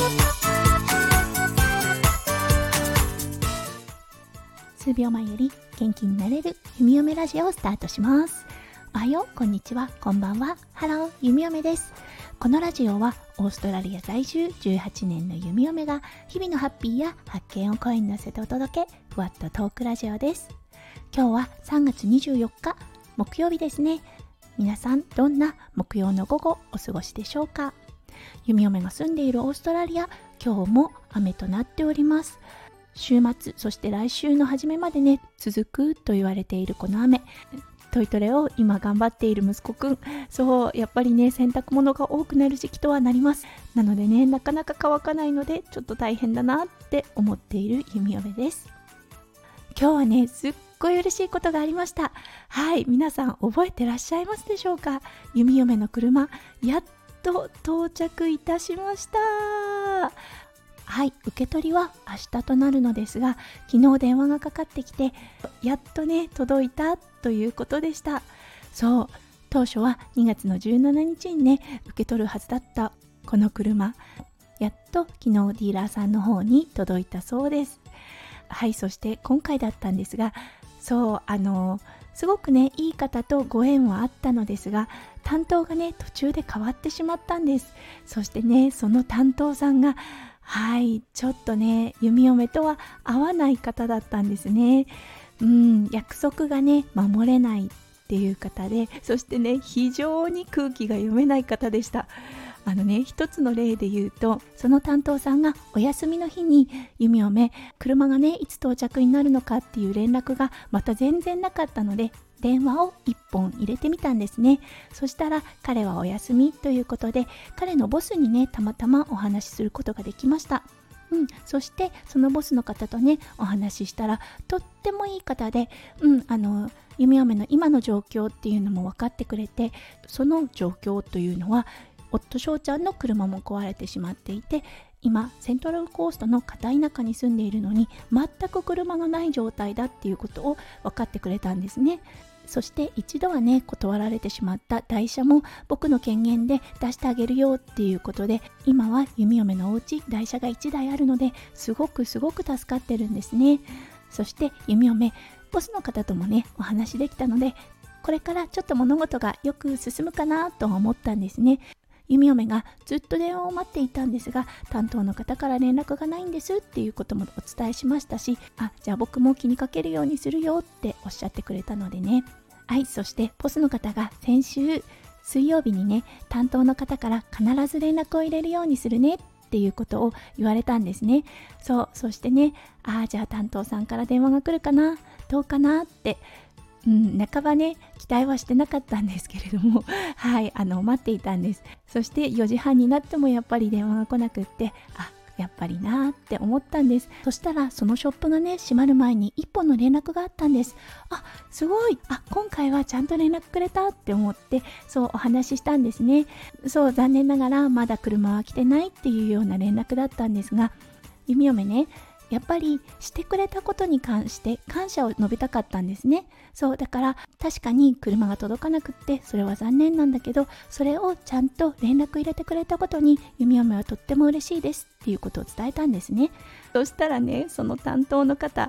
数秒前より元気になれる弓嫁ラジオをスタートします。おはよう、こんにちは、こんばんは。ハロー、弓嫁です。このラジオはオーストラリア在住18年の弓嫁が日々のハッピーや発見を声に乗せてお届け、ふわっとトークラジオです。今日は3月24日木曜日ですね。皆さんどんな木曜の午後お過ごしでしょうか。弓嫁が住んでいるオーストラリア、今日も雨となっております。週末、そして来週の初めまでね、続くと言われているこの雨。トイトレを今頑張っている息子くん。そう、やっぱりね、洗濯物が多くなる時期とはなります。なのでね、なかなか乾かないので、ちょっと大変だなって思っている弓嫁です。今日はね、すっごい嬉しいことがありました。はい、皆さん覚えてらっしゃいますでしょうか。弓嫁の車、やっと到着いたしました。はい、受け取りは明日となるのですが、昨日電話がかかってきて、やっとね届いたということでした。そう、当初は2月の17日にね受け取るはずだったこの車、やっと昨日ディーラーさんの方に届いたそうです。はい、そして今回だったんですが、そうすごくねいい方とご縁はあったのですが、担当がね途中で変わってしまったんです。そしてね、その担当さんがちょっとね弓嫁とは合わない方だったんですね。約束がね守れないっていう方で、そしてね非常に空気が読めない方でした。一つの例で言うと、その担当さんがお休みの日に弓嫁、車がねいつ到着になるのかっていう連絡がまた全然なかったので、電話を1本入れてみたんですね。そしたら彼はお休みということで、彼のボスにねたまたまお話しすることができました。そしてそのボスの方とねお話ししたら、とってもいい方で、弓嫁の今の状況っていうのも分かってくれて、その状況というのは夫翔ちゃんの車も壊れてしまっていて、今セントラルコーストの片田舎に住んでいるのに全く車がない状態だっていうことを分かってくれたんですね。そして一度はね断られてしまった台車も僕の権限で出してあげるよっていうことで、今は弓嫁のお家台車が1台あるので、すごく助かってるんですね。そして弓嫁、ボスの方ともねお話できたので、これからちょっと物事がよく進むかなと思ったんですね。弓嫁がずっと電話を待っていたんですが、担当の方から連絡がないんですっていうこともお伝えしましたし、じゃあ僕も気にかけるようにするよっておっしゃってくれたのでね。はい、そしてボスの方が先週水曜日にね担当の方から必ず連絡を入れるようにするねっていうことを言われたんですね。そしてね、じゃあ担当さんから電話が来るかな、どうかなって半ばね期待はしてなかったんですけれども待っていたんです。そして4時半になってもやっぱり電話が来なくって、やっぱりなーって思ったんです。そしたらそのショップがね閉まる前に1本の連絡があったんです。すごい、今回はちゃんと連絡くれたって思って、そうお話ししたんですね。残念ながらまだ車は来てないっていうような連絡だったんですが、弓嫁ねやっぱりしてくれたことに関して感謝を述べたかったんですね。だから確かに車が届かなくってそれは残念なんだけど、それをちゃんと連絡入れてくれたことに弓嫁はとっても嬉しいですっていうことを伝えたんですね。そしたらね、その担当の方、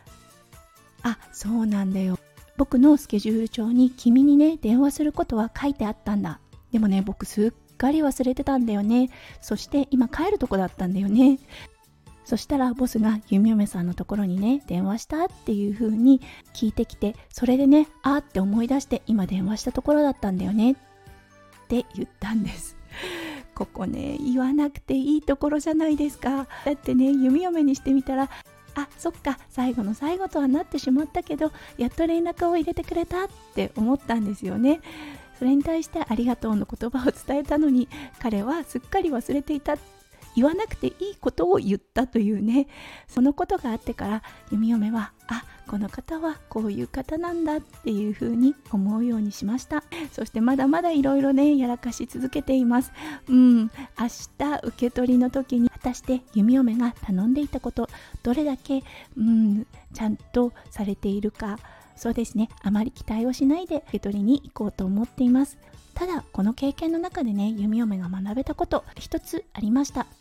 そうなんだよ、僕のスケジュール帳に君にね電話することは書いてあったんだ。でもね僕すっかり忘れてたんだよね。そして今帰るとこだったんだよね。そしたらボスが弓嫁さんのところにね電話したっていう風に聞いてきて、それでねって思い出して、今電話したところだったんだよねって言ったんです。ここね言わなくていいところじゃないですか。だってね弓嫁にしてみたら、そっか最後の最後とはなってしまったけど、やっと連絡を入れてくれたって思ったんですよね。それに対してありがとうの言葉を伝えたのに、彼はすっかり忘れていた。言わなくていいことを言ったというね、そのことがあってから弓嫁はこの方はこういう方なんだっていうふうに思うようにしました。そしてまだまだいろいろねやらかし続けています。明日受け取りの時に果たして弓嫁が頼んでいたことどれだけちゃんとされているか、そうですね、あまり期待をしないで受け取りに行こうと思っています。ただこの経験の中でね弓嫁が学べたこと一つありました。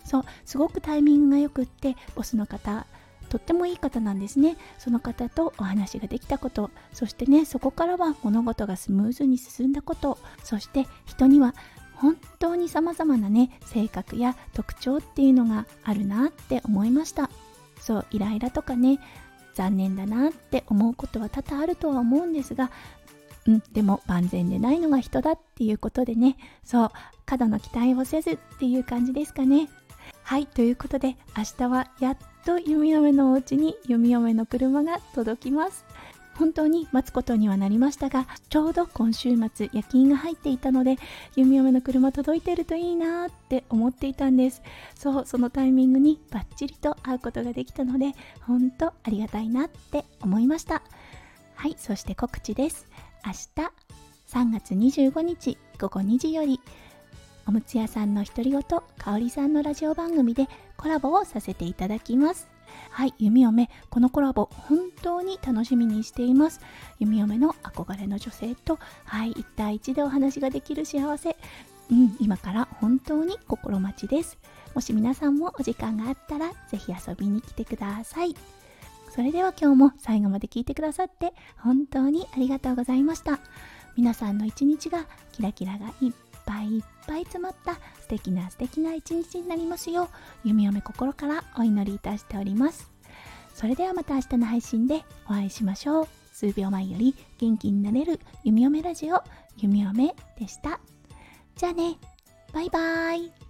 そう、すごくタイミングがよくって、ボスの方とってもいい方なんですね。その方とお話ができたこと、そしてね、そこからは物事がスムーズに進んだこと、そして人には本当に様々なね、性格や特徴っていうのがあるなって思いました。そう、イライラとかね、残念だなって思うことは多々あるとは思うんですが、でも万全でないのが人だっていうことでね、そう、過度の期待をせずっていう感じですかね。はい、ということで明日はやっと弓嫁のお家に弓嫁の車が届きます。本当に待つことにはなりましたが、ちょうど今週末夜勤が入っていたので、弓嫁の車届いてるといいなって思っていたんです。そう、そのタイミングにバッチリと会うことができたので、本当ありがたいなって思いました。はい、そして告知です。明日3月25日午後2時より、おむつ屋さんの独り言、かおりさんのラジオ番組でコラボをさせていただきます。はい、弓嫁、このコラボ本当に楽しみにしています。弓嫁の憧れの女性と、はい、1対1でお話ができる幸せ、今から本当に心待ちです。もし皆さんもお時間があったらぜひ遊びに来てください。それでは今日も最後まで聞いてくださって本当にありがとうございました。皆さんの一日がキラキラがいっぱいいっぱい詰まった素敵な一日になりますよう、弓嫁心からお祈りいたしております。それではまた明日の配信でお会いしましょう。数秒前より元気になれる弓嫁ラジオ、弓嫁でした。じゃあね、バイバイ。